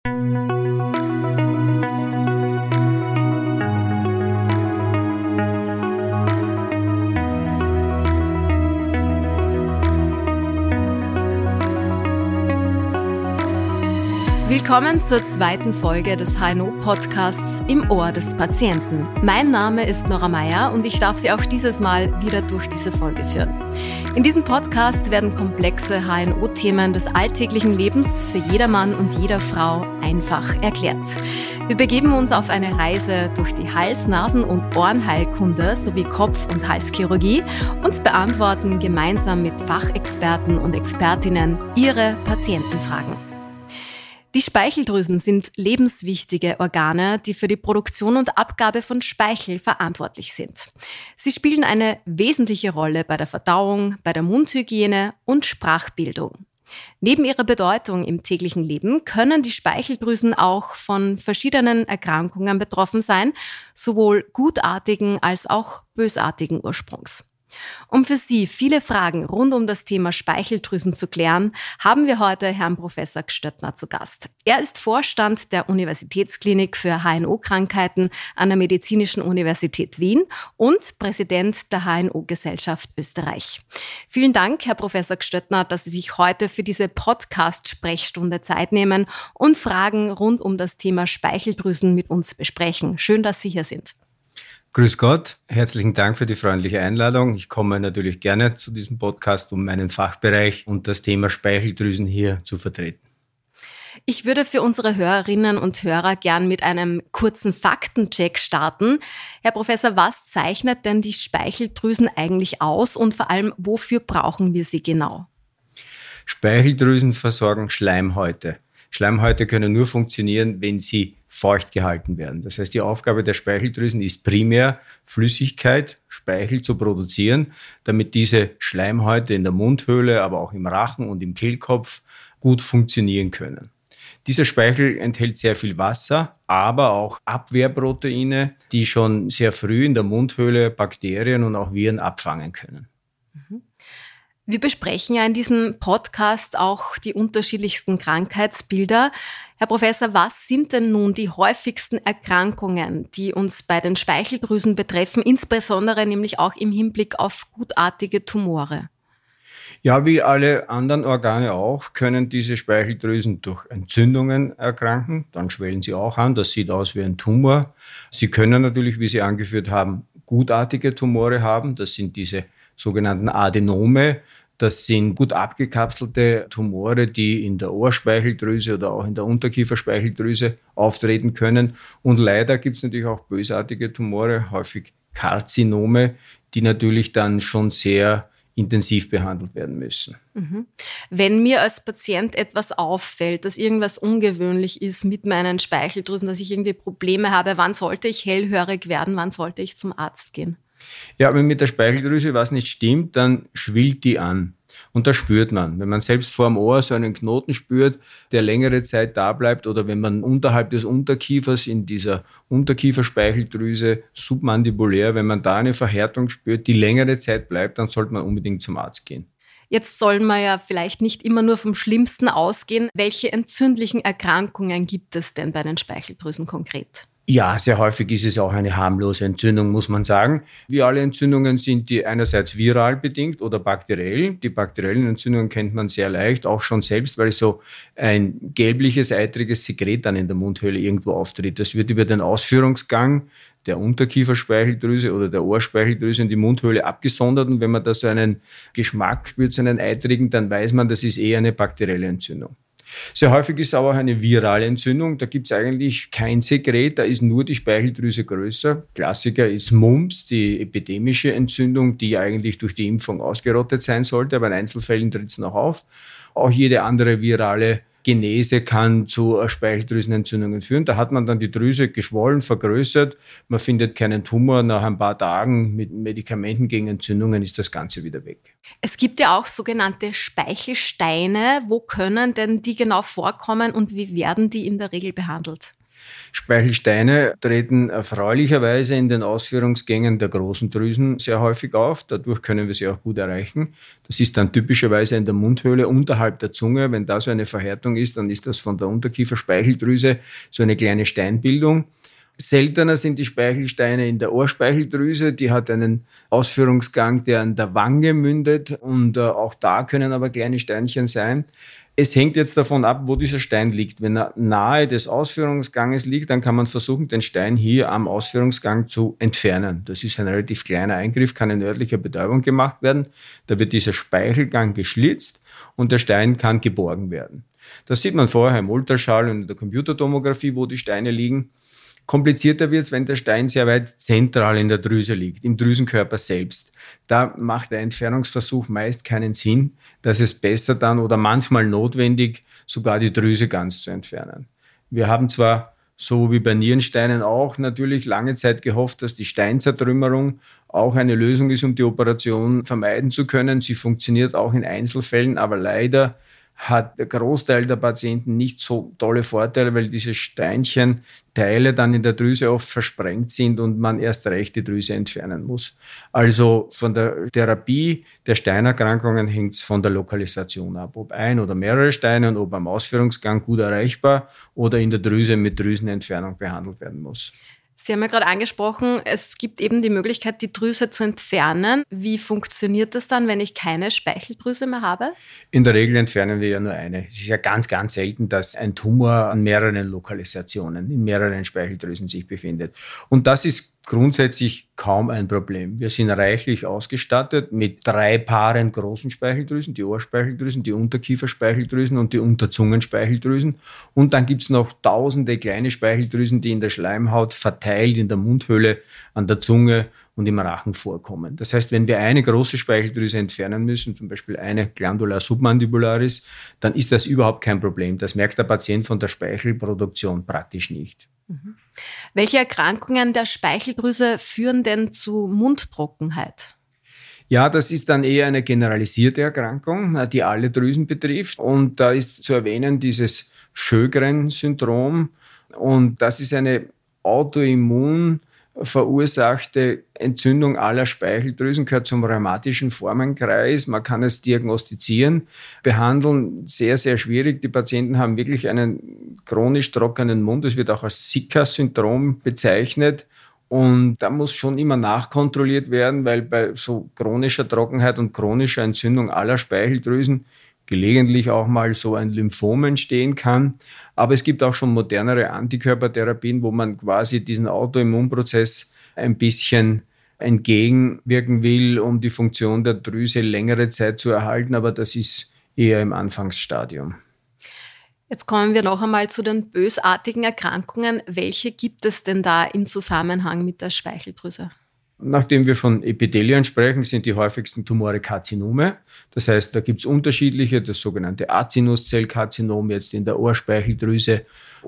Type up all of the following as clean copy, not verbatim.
Willkommen zur zweiten Folge des HNO-Podcasts Im Ohr des Patienten. Mein Name ist Nora Meyer und ich darf Sie auch dieses Mal wieder durch diese Folge führen. In diesem Podcast werden komplexe HNO-Themen des alltäglichen Lebens für jedermann und jeder Frau einfach erklärt. Wir begeben uns auf eine Reise durch die Hals-, Nasen- und Ohrenheilkunde sowie Kopf- und Halschirurgie und beantworten gemeinsam mit Fachexperten und Expertinnen Ihre Patientenfragen. Die Speicheldrüsen sind lebenswichtige Organe, die für die Produktion und Abgabe von Speichel verantwortlich sind. Sie spielen eine wesentliche Rolle bei der Verdauung, bei der Mundhygiene und Sprachbildung. Neben ihrer Bedeutung im täglichen Leben können die Speicheldrüsen auch von verschiedenen Erkrankungen betroffen sein, sowohl gutartigen als auch bösartigen Ursprungs. Um für Sie viele Fragen rund um das Thema Speicheldrüsen zu klären, haben wir heute Herrn Professor Gstöttner zu Gast. Er ist Vorstand der Universitätsklinik für HNO-Krankheiten an der Medizinischen Universität Wien und Präsident der HNO-Gesellschaft Österreich. Vielen Dank, Herr Professor Gstöttner, dass Sie sich heute für diese Podcast-Sprechstunde Zeit nehmen und Fragen rund um das Thema Speicheldrüsen mit uns besprechen. Schön, dass Sie hier sind. Grüß Gott, herzlichen Dank für die freundliche Einladung. Ich komme natürlich gerne zu diesem Podcast, um meinen Fachbereich und das Thema Speicheldrüsen hier zu vertreten. Ich würde für unsere Hörerinnen und Hörer gern mit einem kurzen Faktencheck starten. Herr Professor, was zeichnet denn die Speicheldrüsen eigentlich aus und vor allem, wofür brauchen wir sie genau? Speicheldrüsen versorgen Schleimhäute. Schleimhäute können nur funktionieren, wenn sie feucht gehalten werden. Das heißt, die Aufgabe der Speicheldrüsen ist primär, Flüssigkeit, Speichel zu produzieren, damit diese Schleimhäute in der Mundhöhle, aber auch im Rachen und im Kehlkopf gut funktionieren können. Dieser Speichel enthält sehr viel Wasser, aber auch Abwehrproteine, die schon sehr früh in der Mundhöhle Bakterien und auch Viren abfangen können. Wir besprechen ja in diesem Podcast auch die unterschiedlichsten Krankheitsbilder. Herr Professor, was sind denn nun die häufigsten Erkrankungen, die uns bei den Speicheldrüsen betreffen, insbesondere nämlich auch im Hinblick auf gutartige Tumore? Ja, wie alle anderen Organe auch, können diese Speicheldrüsen durch Entzündungen erkranken. Dann schwellen sie auch an, das sieht aus wie ein Tumor. Sie können natürlich, wie Sie angeführt haben, gutartige Tumore haben. Das sind diese sogenannten Adenome. Das sind gut abgekapselte Tumore, die in der Ohrspeicheldrüse oder auch in der Unterkieferspeicheldrüse auftreten können. Und leider gibt es natürlich auch bösartige Tumore, häufig Karzinome, die natürlich dann schon sehr intensiv behandelt werden müssen. Wenn mir als Patient etwas auffällt, dass irgendwas ungewöhnlich ist mit meinen Speicheldrüsen, dass ich irgendwie Probleme habe, wann sollte ich hellhörig werden, wann sollte ich zum Arzt gehen? Ja, wenn mit der Speicheldrüse was nicht stimmt, dann schwillt die an. Und das spürt man. Wenn man selbst vor dem Ohr so einen Knoten spürt, der längere Zeit da bleibt, oder wenn man unterhalb des Unterkiefers in dieser Unterkieferspeicheldrüse submandibulär, wenn man da eine Verhärtung spürt, die längere Zeit bleibt, dann sollte man unbedingt zum Arzt gehen. Jetzt soll man ja vielleicht nicht immer nur vom Schlimmsten ausgehen. Welche entzündlichen Erkrankungen gibt es denn bei den Speicheldrüsen konkret? Ja, sehr häufig ist es auch eine harmlose Entzündung, muss man sagen. Wie alle Entzündungen sind die einerseits viral bedingt oder bakteriell. Die bakteriellen Entzündungen kennt man sehr leicht, auch schon selbst, weil so ein gelbliches, eitriges Sekret dann in der Mundhöhle irgendwo auftritt. Das wird über den Ausführungsgang der Unterkieferspeicheldrüse oder der Ohrspeicheldrüse in die Mundhöhle abgesondert. Und wenn man da so einen Geschmack spürt, so einen eitrigen, dann weiß man, das ist eher eine bakterielle Entzündung. Sehr häufig ist aber auch eine virale Entzündung. Da gibt es eigentlich kein Sekret, da ist nur die Speicheldrüse größer. Klassiker ist Mumps, die epidemische Entzündung, die eigentlich durch die Impfung ausgerottet sein sollte, aber in Einzelfällen tritt es noch auf. Auch jede andere virale Genese kann zu Speicheldrüsenentzündungen führen. Da hat man dann die Drüse geschwollen, vergrößert. Man findet keinen Tumor. Nach ein paar Tagen mit Medikamenten gegen Entzündungen ist das Ganze wieder weg. Es gibt ja auch sogenannte Speichelsteine. Wo können denn die genau vorkommen und wie werden die in der Regel behandelt? Speichelsteine treten erfreulicherweise in den Ausführungsgängen der großen Drüsen sehr häufig auf. Dadurch können wir sie auch gut erreichen. Das ist dann typischerweise in der Mundhöhle unterhalb der Zunge. Wenn da so eine Verhärtung ist, dann ist das von der Unterkieferspeicheldrüse so eine kleine Steinbildung. Seltener sind die Speichelsteine in der Ohrspeicheldrüse. Die hat einen Ausführungsgang, der an der Wange mündet. Und auch da können aber kleine Steinchen sein. Es hängt jetzt davon ab, wo dieser Stein liegt. Wenn er nahe des Ausführungsganges liegt, dann kann man versuchen, den Stein hier am Ausführungsgang zu entfernen. Das ist ein relativ kleiner Eingriff, kann in örtlicher Betäubung gemacht werden. Da wird dieser Speichelgang geschlitzt und der Stein kann geborgen werden. Das sieht man vorher im Ultraschall und in der Computertomographie, wo die Steine liegen. Komplizierter wird es, wenn der Stein sehr weit zentral in der Drüse liegt, im Drüsenkörper selbst. Da macht der Entfernungsversuch meist keinen Sinn. Da ist es besser dann oder manchmal notwendig, sogar die Drüse ganz zu entfernen. Wir haben zwar, so wie bei Nierensteinen auch, natürlich lange Zeit gehofft, dass die Steinzertrümmerung auch eine Lösung ist, um die Operation vermeiden zu können. Sie funktioniert auch in Einzelfällen, aber leider hat der Großteil der Patienten nicht so tolle Vorteile, weil diese Steinchenteile dann in der Drüse oft versprengt sind und man erst recht die Drüse entfernen muss. Also von der Therapie der Steinerkrankungen hängt es von der Lokalisation ab, ob ein oder mehrere Steine und ob am Ausführungsgang gut erreichbar oder in der Drüse mit Drüsenentfernung behandelt werden muss. Sie haben ja gerade angesprochen, es gibt eben die Möglichkeit, die Drüse zu entfernen. Wie funktioniert das dann, wenn ich keine Speicheldrüse mehr habe? In der Regel entfernen wir ja nur eine. Es ist ja ganz, ganz selten, dass ein Tumor an mehreren Lokalisationen, in mehreren Speicheldrüsen sich befindet. Und das ist grundsätzlich kaum ein Problem. Wir sind reichlich ausgestattet mit 3 Paaren großen Speicheldrüsen, die Ohrspeicheldrüsen, die Unterkieferspeicheldrüsen und die Unterzungenspeicheldrüsen. Und dann gibt es noch tausende kleine Speicheldrüsen, die in der Schleimhaut verteilt, in der Mundhöhle, an der Zunge und im Rachen vorkommen. Das heißt, wenn wir eine große Speicheldrüse entfernen müssen, zum Beispiel eine Glandula submandibularis, dann ist das überhaupt kein Problem. Das merkt der Patient von der Speichelproduktion praktisch nicht. Mhm. Welche Erkrankungen der Speicheldrüse führen denn zu Mundtrockenheit? Ja, das ist dann eher eine generalisierte Erkrankung, die alle Drüsen betrifft. Und da ist zu erwähnen dieses Sjögren-Syndrom. Und das ist eine autoimmun verursachte Entzündung aller Speicheldrüsen, gehört zum rheumatischen Formenkreis. Man kann es diagnostizieren, behandeln, sehr, sehr schwierig. Die Patienten haben wirklich einen chronisch trockenen Mund. Es wird auch als Zika-Syndrom bezeichnet. Und da muss schon immer nachkontrolliert werden, weil bei so chronischer Trockenheit und chronischer Entzündung aller Speicheldrüsen gelegentlich auch mal so ein Lymphom entstehen kann. Aber es gibt auch schon modernere Antikörpertherapien, wo man quasi diesen Autoimmunprozess ein bisschen entgegenwirken will, um die Funktion der Drüse längere Zeit zu erhalten. Aber das ist eher im Anfangsstadium. Jetzt kommen wir noch einmal zu den bösartigen Erkrankungen. Welche gibt es denn da im Zusammenhang mit der Speicheldrüse? Nachdem wir von Epithelien sprechen, sind die häufigsten Tumore Karzinome. Das heißt, da gibt es unterschiedliche, das sogenannte Acinuszellkarzinom jetzt in der Ohrspeicheldrüse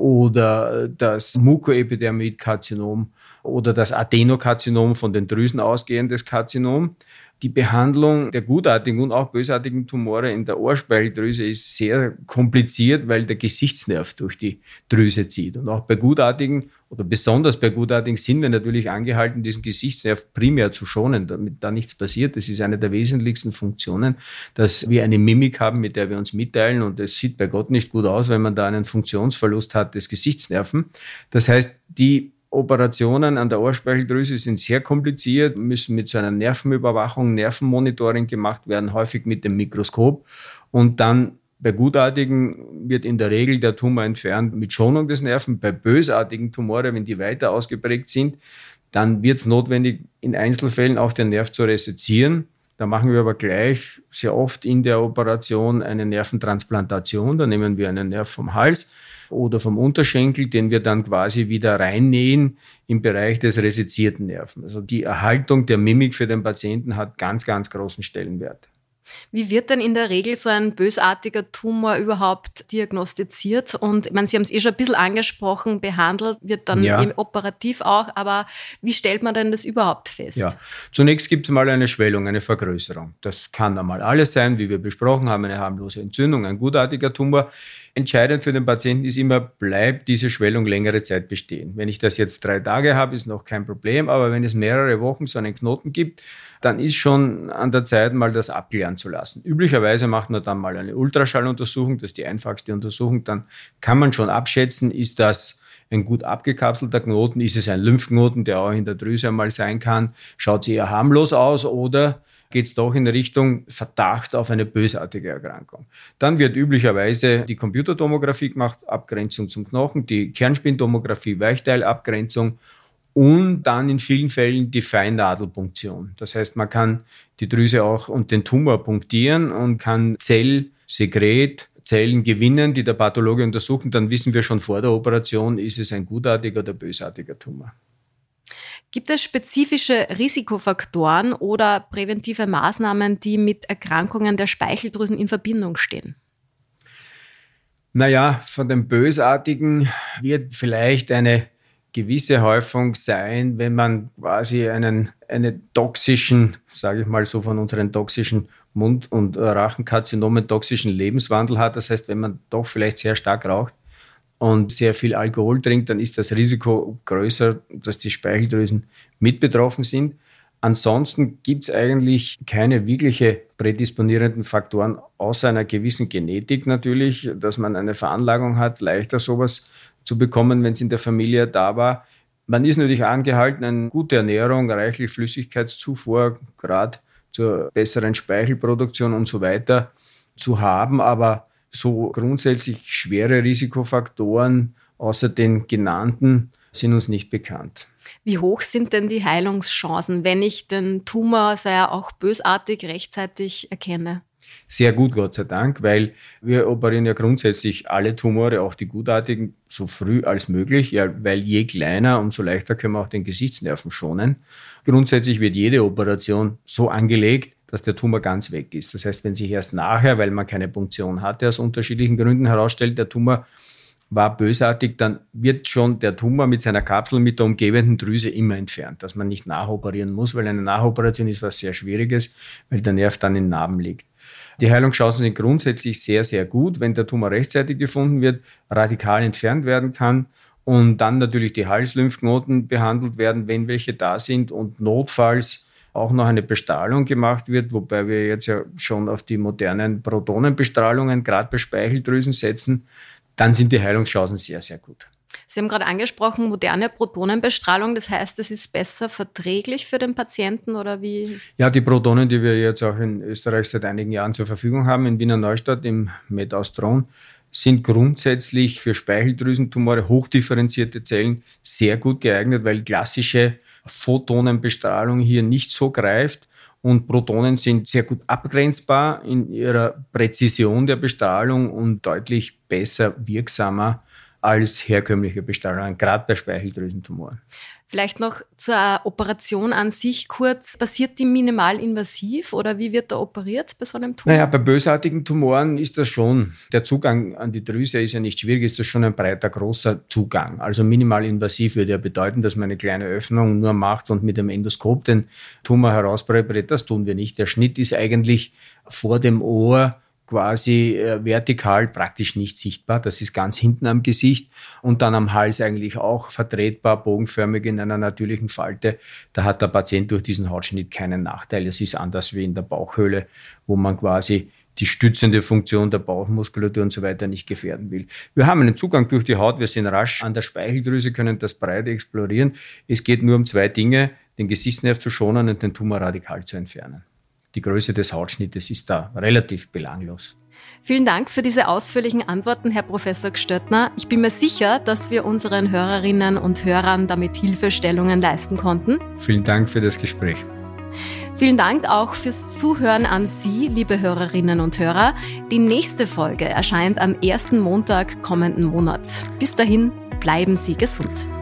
oder das Mukoepidermidkarzinom oder das Adenokarzinom, von den Drüsen ausgehendes Karzinom. Die Behandlung der gutartigen und auch bösartigen Tumore in der Ohrspeicheldrüse ist sehr kompliziert, weil der Gesichtsnerv durch die Drüse zieht. Und auch bei gutartigen oder besonders bei gutartigen sind wir natürlich angehalten, diesen Gesichtsnerv primär zu schonen, damit da nichts passiert. Das ist eine der wesentlichsten Funktionen, dass wir eine Mimik haben, mit der wir uns mitteilen. Und es sieht bei Gott nicht gut aus, wenn man da einen Funktionsverlust hat des Gesichtsnerven. Das heißt, die Operationen an der Ohrspeicheldrüse sind sehr kompliziert, müssen mit so einer Nervenüberwachung, Nervenmonitoring gemacht werden, häufig mit dem Mikroskop. Und dann bei gutartigen wird in der Regel der Tumor entfernt mit Schonung des Nerven. Bei bösartigen Tumoren, wenn die weiter ausgeprägt sind, dann wird es notwendig, in Einzelfällen auch den Nerv zu resezieren. Da machen wir aber gleich sehr oft in der Operation eine Nerventransplantation. Da nehmen wir einen Nerv vom Hals oder vom Unterschenkel, den wir dann quasi wieder reinnähen im Bereich des resezierten Nerven. Also die Erhaltung der Mimik für den Patienten hat ganz, ganz großen Stellenwert. Wie wird denn in der Regel so ein bösartiger Tumor überhaupt diagnostiziert? Und ich meine, Sie haben es schon ein bisschen angesprochen, behandelt wird dann eben operativ auch, aber wie stellt man denn das überhaupt fest? Ja, zunächst gibt es mal eine Schwellung, eine Vergrößerung. Das kann einmal alles sein, wie wir besprochen haben, eine harmlose Entzündung, ein gutartiger Tumor. Entscheidend für den Patienten ist immer, bleibt diese Schwellung längere Zeit bestehen. Wenn ich das jetzt 3 Tage habe, ist noch kein Problem, aber wenn es mehrere Wochen so einen Knoten gibt, dann ist schon an der Zeit, mal das abklären zu lassen. Üblicherweise macht man dann mal eine Ultraschalluntersuchung, das ist die einfachste Untersuchung, dann kann man schon abschätzen, ist das ein gut abgekapselter Knoten, ist es ein Lymphknoten, der auch in der Drüse einmal sein kann, schaut es eher harmlos aus oder geht es doch in Richtung Verdacht auf eine bösartige Erkrankung. Dann wird üblicherweise die Computertomographie gemacht, Abgrenzung zum Knochen, die Kernspintomographie, Weichteilabgrenzung und dann in vielen Fällen die Feinnadelpunktion. Das heißt, man kann die Drüse auch und den Tumor punktieren und kann Zellsekret, Zellen gewinnen, die der Pathologe untersuchen. Dann wissen wir schon vor der Operation, ist es ein gutartiger oder bösartiger Tumor. Gibt es spezifische Risikofaktoren oder präventive Maßnahmen, die mit Erkrankungen der Speicheldrüsen in Verbindung stehen? Naja, von den Bösartigen wird vielleicht eine gewisse Häufung sein, wenn man quasi einen toxischen, sage ich mal so von unseren toxischen Mund- und Rachenkarzinomen, toxischen Lebenswandel hat. Das heißt, wenn man doch vielleicht sehr stark raucht und sehr viel Alkohol trinkt, dann ist das Risiko größer, dass die Speicheldrüsen mit betroffen sind. Ansonsten gibt es eigentlich keine wirkliche prädisponierenden Faktoren, außer einer gewissen Genetik natürlich, dass man eine Veranlagung hat, leichter sowas zu bekommen, wenn es in der Familie da war. Man ist natürlich angehalten, eine gute Ernährung, reichlich Flüssigkeitszufuhr, gerade zur besseren Speichelproduktion und so weiter zu haben, aber so grundsätzlich schwere Risikofaktoren außer den genannten sind uns nicht bekannt. Wie hoch sind denn die Heilungschancen, wenn ich den Tumor, sei er auch bösartig, rechtzeitig erkenne? Sehr gut, Gott sei Dank, weil wir operieren ja grundsätzlich alle Tumore, auch die gutartigen, so früh als möglich, ja, weil je kleiner, umso leichter können wir auch den Gesichtsnerven schonen. Grundsätzlich wird jede Operation so angelegt, dass der Tumor ganz weg ist. Das heißt, wenn sich erst nachher, weil man keine Punktion hatte, aus unterschiedlichen Gründen herausstellt, der Tumor war bösartig, dann wird schon der Tumor mit seiner Kapsel mit der umgebenden Drüse immer entfernt, dass man nicht nachoperieren muss, weil eine Nachoperation ist was sehr Schwieriges, weil der Nerv dann in Narben liegt. Die Heilungschancen sind grundsätzlich sehr, sehr gut, wenn der Tumor rechtzeitig gefunden wird, radikal entfernt werden kann und dann natürlich die Halslymphknoten behandelt werden, wenn welche da sind und notfalls auch noch eine Bestrahlung gemacht wird, wobei wir jetzt ja schon auf die modernen Protonenbestrahlungen, gerade bei Speicheldrüsen setzen, dann sind die Heilungschancen sehr, sehr gut. Sie haben gerade angesprochen, moderne Protonenbestrahlung, das heißt, es ist besser verträglich für den Patienten oder wie? Ja, die Protonen, die wir jetzt auch in Österreich seit einigen Jahren zur Verfügung haben, in Wiener Neustadt im Med-Austron, sind grundsätzlich für Speicheldrüsentumore hochdifferenzierte Zellen sehr gut geeignet, weil klassische Photonenbestrahlung hier nicht so greift. Und Protonen sind sehr gut abgrenzbar in ihrer Präzision der Bestrahlung und deutlich besser wirksamer als herkömmliche Bestrahlungen, gerade bei Speicheldrüsentumoren. Vielleicht noch zur Operation an sich kurz. Passiert die minimalinvasiv oder wie wird da operiert bei so einem Tumor? Naja, bei bösartigen Tumoren ist das schon, der Zugang an die Drüse ist ja nicht schwierig, ist das schon ein breiter, großer Zugang. Also minimalinvasiv würde ja bedeuten, dass man eine kleine Öffnung nur macht und mit dem Endoskop den Tumor herauspräpariert. Das tun wir nicht. Der Schnitt ist eigentlich vor dem Ohr quasi vertikal praktisch nicht sichtbar. Das ist ganz hinten am Gesicht und dann am Hals eigentlich auch vertretbar, bogenförmig in einer natürlichen Falte. Da hat der Patient durch diesen Hautschnitt keinen Nachteil. Es ist anders wie in der Bauchhöhle, wo man quasi die stützende Funktion der Bauchmuskulatur und so weiter nicht gefährden will. Wir haben einen Zugang durch die Haut, wir sind rasch an der Speicheldrüse, können das breit explorieren. Es geht nur um 2 Dinge, den Gesichtsnerv zu schonen und den Tumor radikal zu entfernen. Die Größe des Hautschnittes ist da relativ belanglos. Vielen Dank für diese ausführlichen Antworten, Herr Professor Gstöttner. Ich bin mir sicher, dass wir unseren Hörerinnen und Hörern damit Hilfestellungen leisten konnten. Vielen Dank für das Gespräch. Vielen Dank auch fürs Zuhören an Sie, liebe Hörerinnen und Hörer. Die nächste Folge erscheint am ersten Montag kommenden Monats. Bis dahin, bleiben Sie gesund.